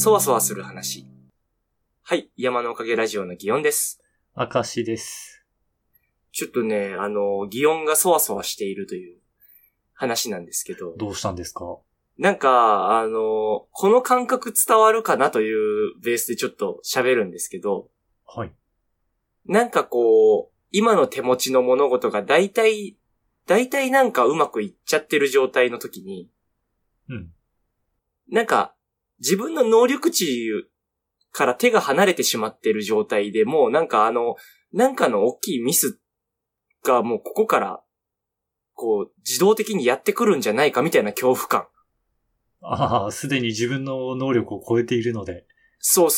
そわそわする話。はい、山のおかげラジオの祇園です。 明石です。 ちょっとね、祇園がそわそわしているという話なんですけど。 どうしたんですか？ なんか、この感覚伝わるかなというベースでちょっと喋るんですけど。 はい。 なんかこう、今の手持ちの物事が大体なんかうまくいっちゃってる状態の時に。 うん。 なんか、自分の能力値から手が離れてしまってる状態でもうなんかなんかの大きいミスがもうここから、こう、自動的にやってくるんじゃないかみたいな恐怖感。 ああ、すでに自分の能力を超えているので。 そう。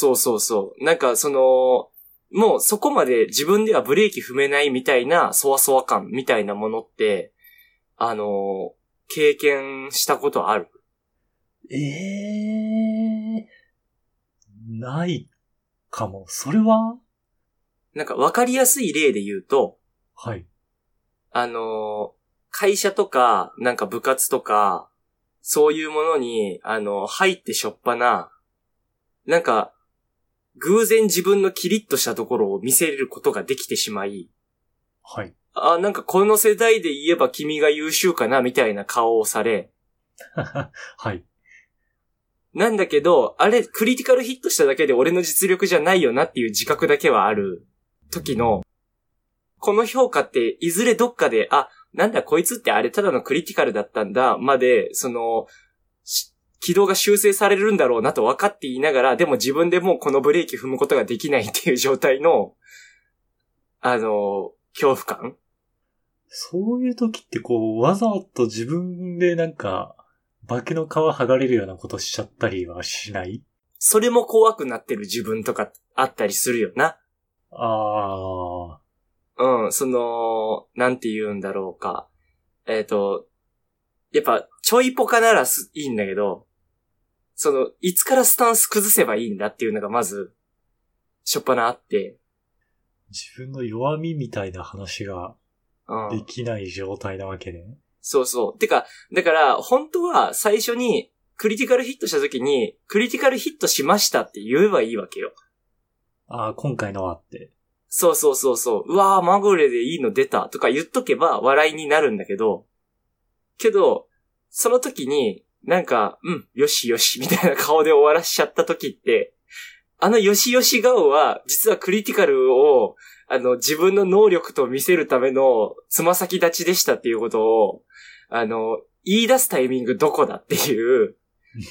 なんかもうそこまで自分ではブレーキ踏めないみたいなそわそわ感みたいなものって、経験したことある？ ないかも。それは？ なんかわかりやすい例で言うと、 はい。 会社とか、なんか部活とか、そういうものに、入ってしょっぱな、なんか、偶然自分のキリッとしたところを見せることができてしまい、 はい。 なんかこの世代で言えば君が優秀かな、みたいな顔をされ、 はい。 なんだけど、あれ、クリティカルヒットしただけで俺の実力じゃないよなっていう自覚だけはある時の、この評価っていずれどっかで、なんだこいつってあれただのクリティカルだったんだ、まで、軌道が修正されるんだろうなと分かっていながら、でも自分でもうこのブレーキ踏むことができないっていう状態の、恐怖感？ そういう時ってわざと自分でなんか、化けの皮剥がれるようなことしちゃったりはしない？ それも怖くなってる自分とかあったりするよな。うん、なんて言うんだろうか。やっぱ、ちょいポカならいいんだけど、いつからスタンス崩せばいいんだっていうのがまず、しょっぱなあって。 自分の弱みみたいな話ができない状態なわけね。 そう。てか、だから、本当は最初にクリティカルヒットした時に、クリティカルヒットしましたって言えばいいわけよ。 今回のはって。 そう。うわー、まぐれでいいの出たとか言っとけば笑いになるんだけど、その時に、なんか、よしみたいな顔で終わらしちゃった時って、よし顔は、実はクリティカルを、自分の能力と見せるためのつま先立ちでしたっていうことを、言い出すタイミングどこだっていう。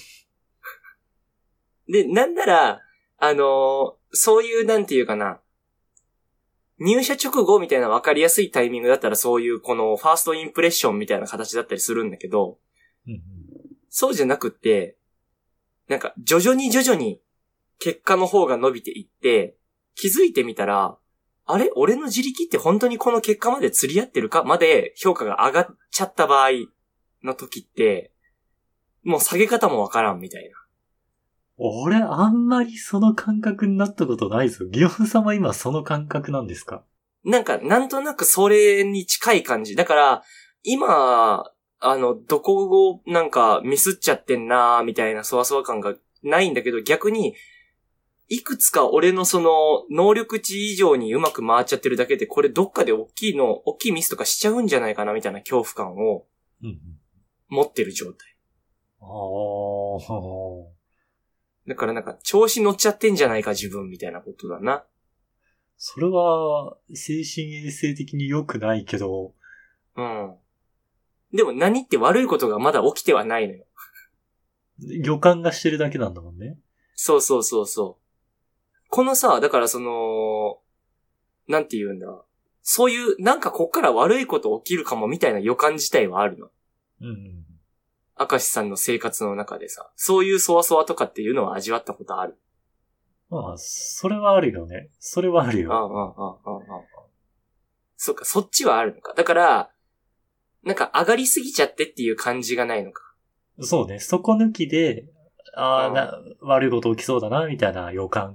で、なんなら、そういうなんていうかな、入社直後みたいな分かりやすいタイミングだったらそういうこのファーストインプレッションみたいな形だったりするんだけど、そうじゃなくって、なんか徐々に結果の方が伸びていって、気づいてみたら、あれ俺の自力って本当にこの結果まで釣り合ってるかまで評価が上がっちゃった場合の時って、もう下げ方もわからんみたいな。 俺、あんまりその感覚になったことないぞ。ギオン様今その感覚なんですか？ なんとなくそれに近い感じ。だから、今、どこをなんかミスっちゃってんなーみたいなそわそわ感がないんだけど、逆に、いくつか俺の能力値以上にうまく回っちゃってるだけで、これどっかで大きいミスとかしちゃうんじゃないかなみたいな恐怖感を持ってる状態。だからなんか調子乗っちゃってんじゃないか自分みたいなことだな。 それは精神衛生的に良くないけど。 でも何って悪いことがまだ起きてはないのよ。 予感がしてるだけなんだもんね。 そう。このさ、だからなんて言うんだ。そういう、なんかこっから悪いこと起きるかもみたいな予感自体はあるの。明石さんの生活の中でさ、そういうそわそわとかっていうのは味わったことある？ それはあるよね。それはあるよ。 そっか、そっちはあるのか。だから、なんか上がりすぎちゃってっていう感じがないのか。 そうね。底抜きで、悪いこと起きそうだな、みたいな予感。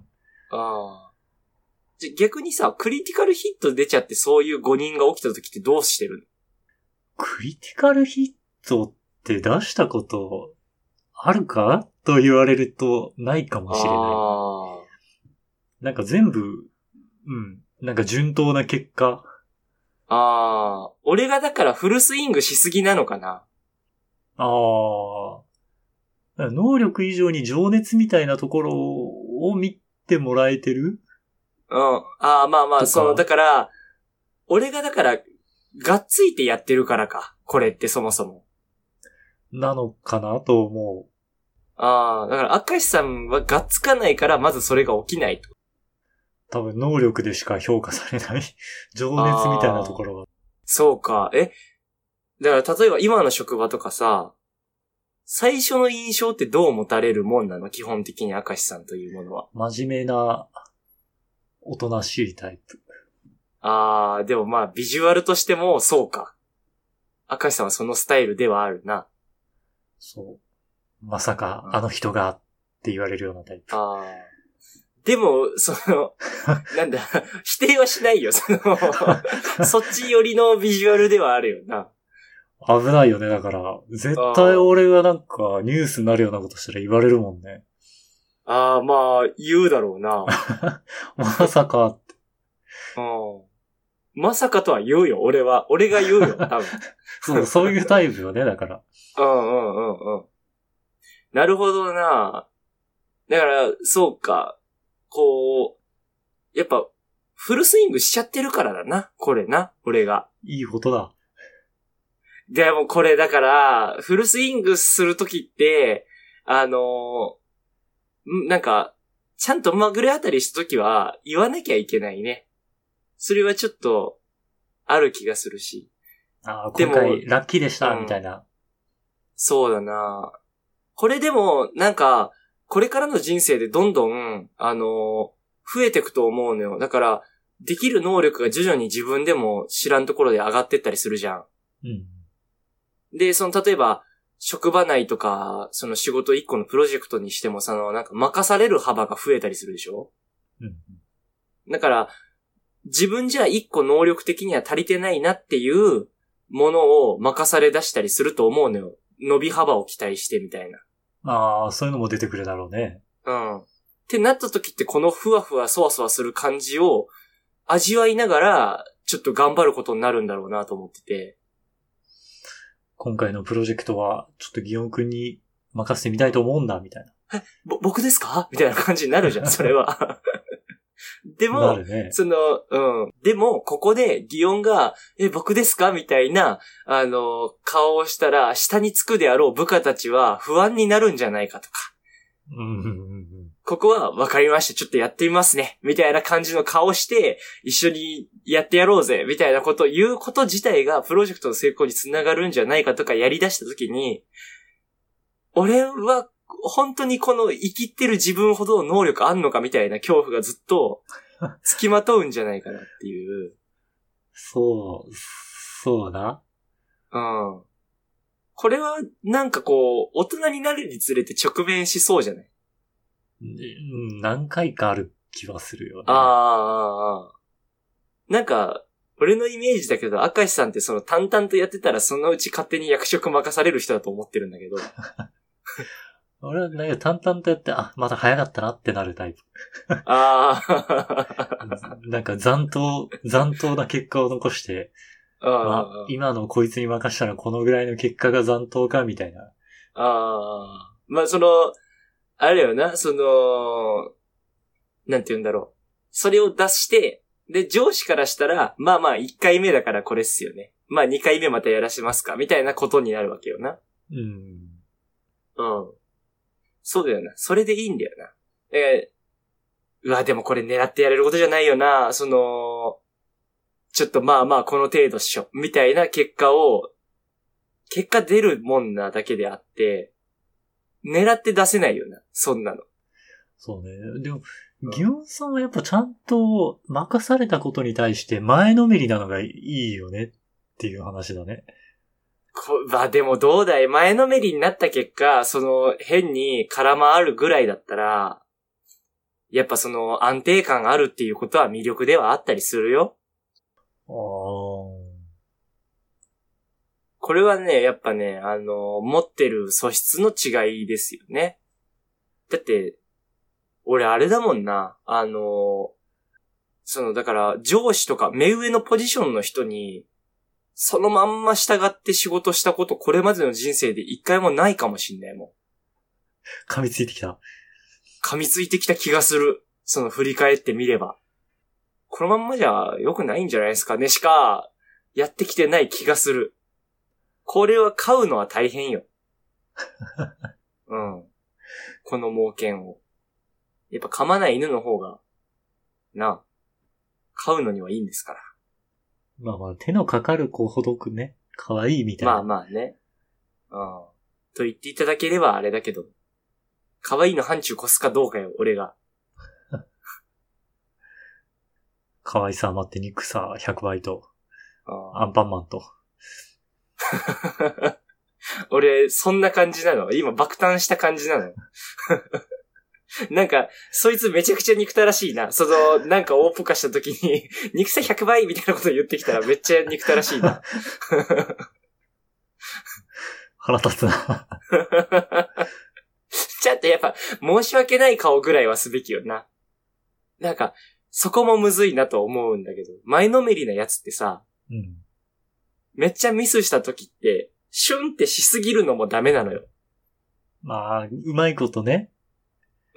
じゃ、逆にさ、クリティカルヒット出ちゃってそういう誤認が起きた時ってどうしてるの？ クリティカルヒットって出したことあるかと言われるとないかもしれない。 ああ。 なんか全部、なんか順当な結果。 ああ。俺がだからフルスイングしすぎなのかな。 ああ。能力以上に情熱みたいなところを見てもらえてる？ うん。ああ、まあまあ、だから、俺がだから、がっついてやってるからか。これってそもそも。 なのかなと思う。 ああ、だから明石さんはがっつかないからまずそれが起きないと。 多分能力でしか評価されない情熱みたいなところは。 そうか。だから例えば今の職場とかさ、最初の印象ってどう持たれるもんなの？基本的に明石さんというものは。 真面目な、おとなしいタイプ。 ああ、でもまあビジュアルとしてもそうか。明石さんはそのスタイルではあるな。 そう。まさかあの人がって言われるようなタイプ。 ああ。でも、なんだ、否定はしないよ。そっち寄りのビジュアルではあるよな。 危ないよね。だから、絶対俺がなんかニュースになるようなことしたら言われるもんね。 ああ、まあ、言うだろうな。 まさかって。 まさかとは言うよ、俺は。俺が言うよ、多分。 そういうタイプよね、だから。 うん。なるほどな。だから、そうか。こう、やっぱ、フルスイングしちゃってるからだな、これな、俺が。 いいことだ。 でもこれだから、フルスイングするときって、なんか、ちゃんとまぐれあたりしたときは言わなきゃいけないね。それはちょっと、ある気がするし。 ああ、今回ラッキーでした、みたいな。 そうだな。これでも、なんか、これからの人生でどんどん、増えていくと思うのよ。だから、できる能力が徐々に自分でも知らんところで上がってったりするじゃん。 うん。 で、例えば、職場内とか、その仕事一個のプロジェクトにしてもなんか任される幅が増えたりするでしょ？ うん。 だから、自分じゃ一個能力的には足りてないなっていうものを任され出したりすると思うのよ。伸び幅を期待してみたいな。 ああ、そういうのも出てくるだろうね。 うん。ってなった時ってこのふわふわそわそわする感じを味わいながら、ちょっと頑張ることになるんだろうなと思ってて。 今回のプロジェクトは、ちょっとギオン君に任せてみたいと思うんだ、みたいな。 僕ですかみたいな感じになるじゃん、それは。でも、 ね、 でも、ここで、ギオンが、僕ですかみたいな、顔をしたら、下につくであろう部下たちは不安になるんじゃないかとか。ここは、わかりました。ちょっとやってみますね。みたいな感じの顔して、一緒にやってやろうぜ。みたいなことを言うこと自体が、プロジェクトの成功につながるんじゃないかとかやり出したときに、俺は、本当にこの生きってる自分ほど能力あんのかみたいな恐怖がずっと付きまとうんじゃないかなっていう。 そうだ。 うん。これはなんかこう、大人になるにつれて直面しそうじゃない？ 何回かある気はするよね。 なんか、俺のイメージだけど、明石さんって淡々とやってたらそのうち勝手に役職任される人だと思ってるんだけど。 俺はね、淡々とやって、まだ早かったなってなるタイプ。なんか残党な結果を残して、今のこいつに任したらこのぐらいの結果が残党か、みたいな。 まあ、あれよな、なんて言うんだろう。それを出して、で、上司からしたら、まあまあ、1回目だからこれっすよね。まあ、2回目またやらしますか、みたいなことになるわけよな。そうだよな。それでいいんだよな。うわ、でもこれ狙ってやれることじゃないよな。ちょっとまあまあこの程度っしょ。みたいな結果出るもんなだけであって、狙って出せないよな。そんなの。 そうね。でも、ギオンさんはやっぱちゃんと任されたことに対して前のめりなのがいいよねっていう話だね。 まあでもどうだい？前のめりになった結果、変に空回るぐらいだったら、やっぱ安定感あるっていうことは魅力ではあったりするよ。 ここれはね、やっぱね、持ってる素質の違いですよね。だって、俺あれだもんな、だから、上司とか目上のポジションの人に、そのまんま従って仕事したこと、これまでの人生で一回もないかもしんないもん。 噛みついてきた。 噛みついてきた気がする。振り返ってみれば。このまんまじゃ良くないんじゃないですかねしか、やってきてない気がする。これは飼うのは大変よ。うん。この猛犬を。やっぱ噛まない犬の方が、飼うのにはいいんですから。 まあまあ、手のかかる子ほどくね、可愛いみたいな。 まあまあね。うん。と言っていただければあれだけど、可愛いの範疇越すかどうかよ、俺が。 可愛さ余って憎さ100倍と、アンパンマンと。 俺、そんな感じなの？今爆誕した感じなの？なんか、そいつめちゃくちゃ憎たらしいな。なんか大ポカした時に、憎さ100倍みたいなこと言ってきたらめっちゃ憎たらしいな。 腹立つな。 ちょっとやっぱ、申し訳ない顔ぐらいはすべきよな。なんか、そこもむずいなと思うんだけど、前のめりなやつってさ、 うん、 めっちゃミスした時って、シュンってしすぎるのもダメなのよ。 まあ、うまいことね。 うん。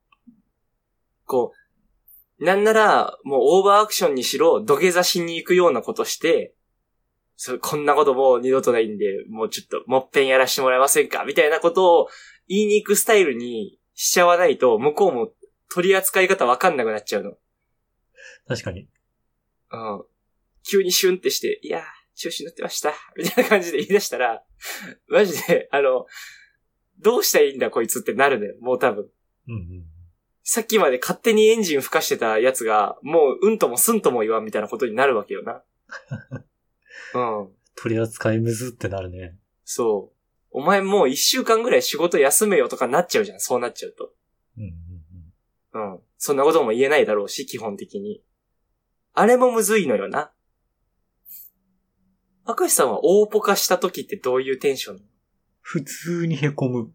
なんなら、もうオーバーアクションにしろ、土下座しに行くようなことして、こんなこともう二度とないんで、もうちょっと、もっぺんやらしてもらえませんかみたいなことを言いに行くスタイルにしちゃわないと、向こうも取り扱い方わかんなくなっちゃうの。 確かに。 うん。急にシュンってして、いやー、調子乗ってました。みたいな感じで言い出したら、マジで、どうしたらいいんだこいつってなるのよ、もう多分。 うんうん。 さっきまで勝手にエンジン吹かしてたやつが、もううんともすんとも言わんみたいなことになるわけよな。うん。 取り扱いむずってなるね。 そう。お前もう1週間ぐらい仕事休めよとかなっちゃうじゃん、そうなっちゃうと。 うんうんうん。うん。そんなことも言えないだろうし、基本的に。あれもむずいのよな。明石さんは大ポカした時ってどういうテンション？ 普通にへこむ。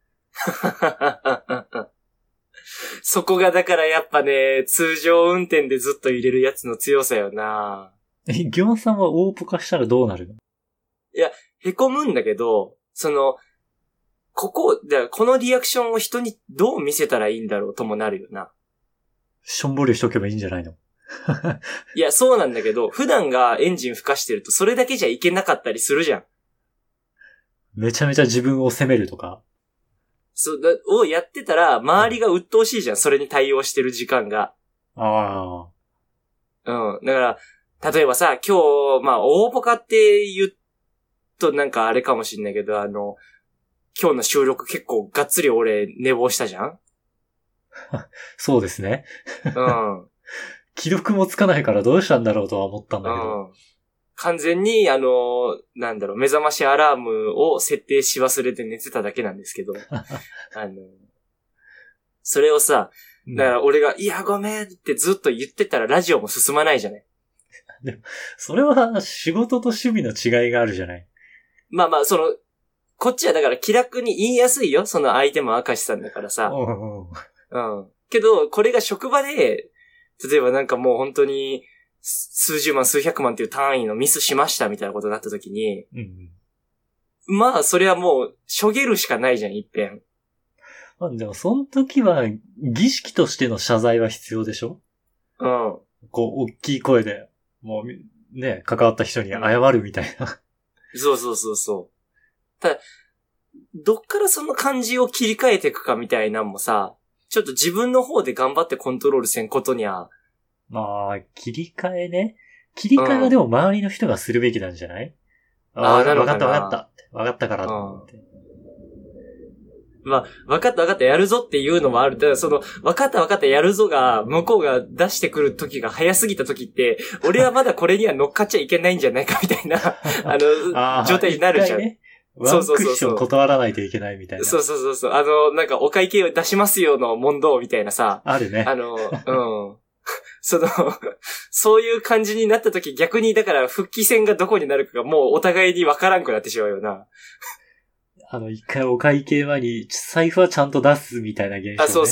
そこがだからやっぱね、通常運転でずっと入れるやつの強さよな。 ギョンさんは大ポカしたらどうなるの？ いや、へこむんだけど、このリアクションを人にどう見せたらいいんだろうともなるよな。 しょんぼりしとけばいいんじゃないの？ いや、そうなんだけど、普段がエンジン吹かしてるとそれだけじゃいけなかったりするじゃん。 めちゃめちゃ自分を責めるとか。 をやってたら、周りが鬱陶しいじゃん、それに対応してる時間が。 ああ。うん。だから、例えばさ、今日、大ポカって言うとなんかあれかもしんないけど、今日の収録結構がっつり俺寝坊したじゃん？ そうですね。 うん。 記録もつかないからどうしたんだろうとは思ったんだけど。 うん。完全に、目覚ましアラームを設定し忘れて寝てただけなんですけど。それをさ、だから俺が、いや、ごめんってずっと言ってたらラジオも進まないじゃない。 でも、それは仕事と趣味の違いがあるじゃない。 まあまあ、こっちはだから気楽に言いやすいよ。その相手も明石さんだからさ。うん。けど、これが職場で、例えばなんかもう本当に、数十万、数百万っていう単位のミスしましたみたいなことになった時に、まあ、それはもう、しょげるしかないじゃん、一遍。 まあ、でも、その時は、儀式としての謝罪は必要でしょ？ うん。 大きい声で、もう、ね、関わった人に謝るみたいな。 そうそうそうそう。ただ、どっからその感じを切り替えていくかみたいなんもさ、ちょっと自分の方で頑張ってコントロールせんことには。 まあ、切り替えね。切り替えはでも周りの人がするべきなんじゃない？ なるほど。 わかったわかった。わかったからと思って。 まあ、わかったやるぞっていうのもある。ただわかったやるぞが、向こうが出してくる時が早すぎた時って、俺はまだこれには乗っかっちゃいけないんじゃないかみたいな、状態になるじゃん。 ね、ワンクッション断らないといけないみたいな。 そう。なんかお会計を出しますよの問答みたいなさ。 あるね。 うん。 そういう感じになった時逆にだから復帰戦がどこになるかがもうお互いにわからんくなってしまうよな。 一回お会計前に財布はちゃんと出すみたいな現象ね。 そう。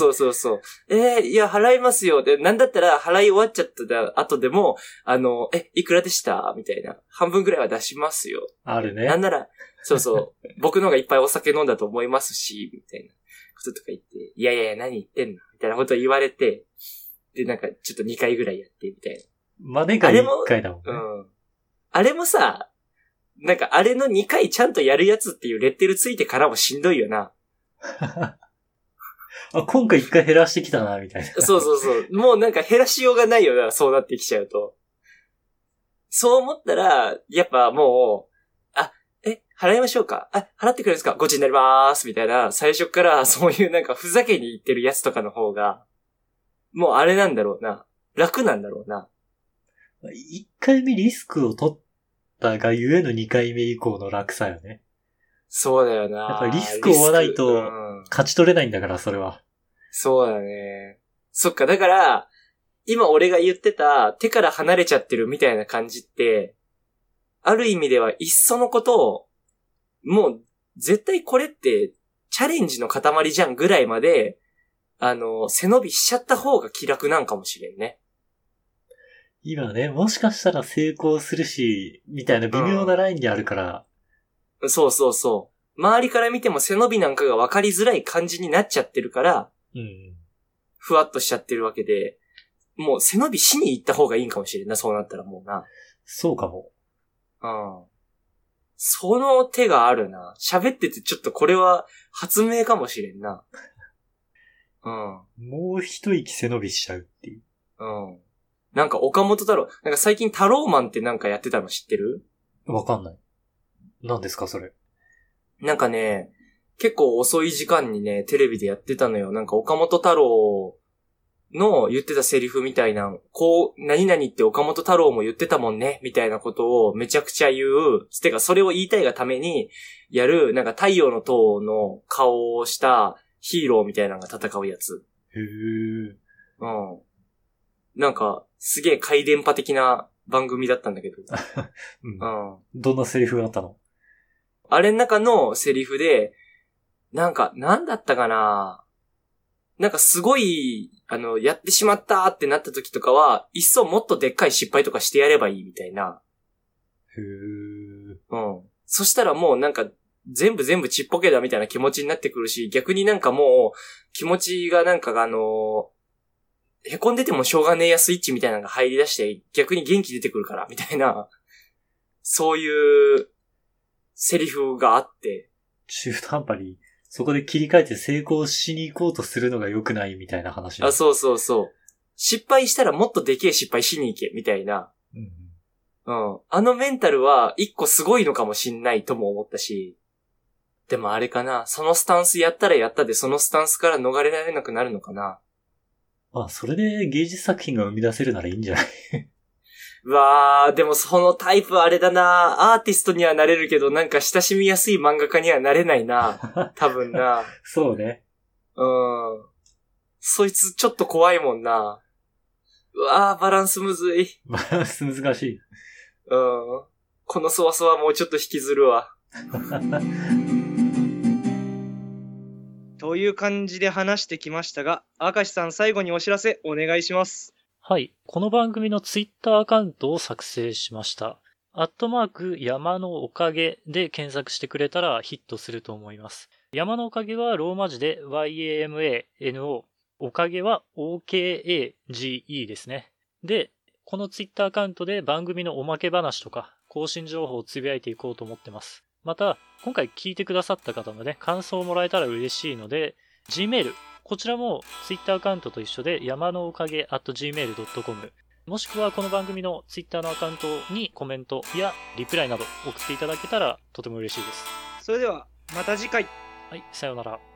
いや、払いますよ。で、なんだったら払い終わっちゃった後でも、いくらでしたみたいな。半分くらいは出しますよ。 あるね。 なんなら、僕の方がいっぱいお酒飲んだと思いますし、みたいなこととか言って、いや、何言ってんのみたいなことを言われて、で、なんか、ちょっと2回ぐらいやって、みたいな。 までが1回だもんね。 うん。あれもさ、なんかあれの2回ちゃんとやるやつっていうレッテルついてからもしんどいよな。 今回1回減らしてきたな、みたいな。 そう。もうなんか減らしようがないよな、そうなってきちゃうと。そう思ったら、やっぱもう、払いましょうか。払ってくれるんですか？ごちになりまーす。みたいな、最初からそういうなんかふざけに言ってるやつとかの方が、もうあれなんだろうな。楽なんだろうな。 1回目リスクを取ったがゆえの2回目以降の楽さよね。 そうだよな。 やっぱリスクを負わないと勝ち取れないんだから、それは。 そうだね。そっか、だから、今俺が言ってた手から離れちゃってるみたいな感じって、ある意味ではいっそのことを、もう絶対これってチャレンジの塊じゃんぐらいまで、背伸びしちゃった方が気楽なんかもしれんね。 今ね、もしかしたら成功するし、みたいな微妙なラインにあるから。 そう。周りから見ても背伸びなんかが分かりづらい感じになっちゃってるから、ふわっとしちゃってるわけで、もう背伸びしに行った方がいいんかもしれんな、そうなったらもうな。 そうかも。 その手があるな。喋っててちょっとこれは発明かもしれんな。 もう一息背伸びしちゃうっていう。 なんか岡本太郎、なんか最近太郎マンってなんかやってたの知ってる？ わかんない。何ですかそれ。 なんかね、結構遅い時間にね、テレビでやってたのよ。なんか岡本太郎の言ってたセリフみたいな、何々って岡本太郎も言ってたもんね、みたいなことをめちゃくちゃ言う。てか、それを言いたいがためにやる、なんか太陽の塔の顔をしたヒーローみたいなのが戦うやつ。 へー。 なんか、すげえ回電波的な番組だったんだけど。 どんなセリフがあったの？ あれの中のセリフで、なんだったかな？なんかすごい、やってしまったってなった時とかは、いっそもっとでっかい失敗とかしてやればいいみたいな。 へー。 そしたらもうなんか、全部ちっぽけだみたいな気持ちになってくるし、逆になんかもう、気持ちがなんか凹んでてもしょうがねえやスイッチみたいなのが入り出して、逆に元気出てくるから、みたいな、そういうセリフがあって。 中途半端に、そこで切り替えて成功しに行こうとするのが良くないみたいな話。 そう。失敗したらもっとでけえ失敗しに行け、みたいな。あのメンタルは一個すごいのかもしんないとも思ったし。でもあれかな、そのスタンスやったらやったで、そのスタンスから逃れられなくなるのかな。 それで芸術作品が生み出せるならいいんじゃない？ うわー、でもそのタイプあれだな。アーティストにはなれるけど、なんか親しみやすい漫画家にはなれないな。多分な。 そうね。 そいつちょっと怖いもんな。うわー、バランスむずい。 バランス難しい。 このそわそわもうちょっと引きずるわ。という感じで話してきましたが、明石さん最後にお知らせお願いします。 はい。この番組のツイッターアカウントを作成しました。@山のおかげで検索してくれたらヒットすると思います。山のおかげはローマ字で YAMANO。おかげは OKAGE ですね。で、このツイッターアカウントで番組のおまけ話とか更新情報をつぶやいていこうと思ってます。また、今回聞いてくださった方のね、感想をもらえたら嬉しいので、Gmail、こちらも Twitter アカウントと一緒で、山のおかげ @gmail.com、もしくはこの番組の Twitter のアカウントにコメントやリプライなど送っていただけたらとても嬉しいです。 それでは、また次回。 はい、さようなら。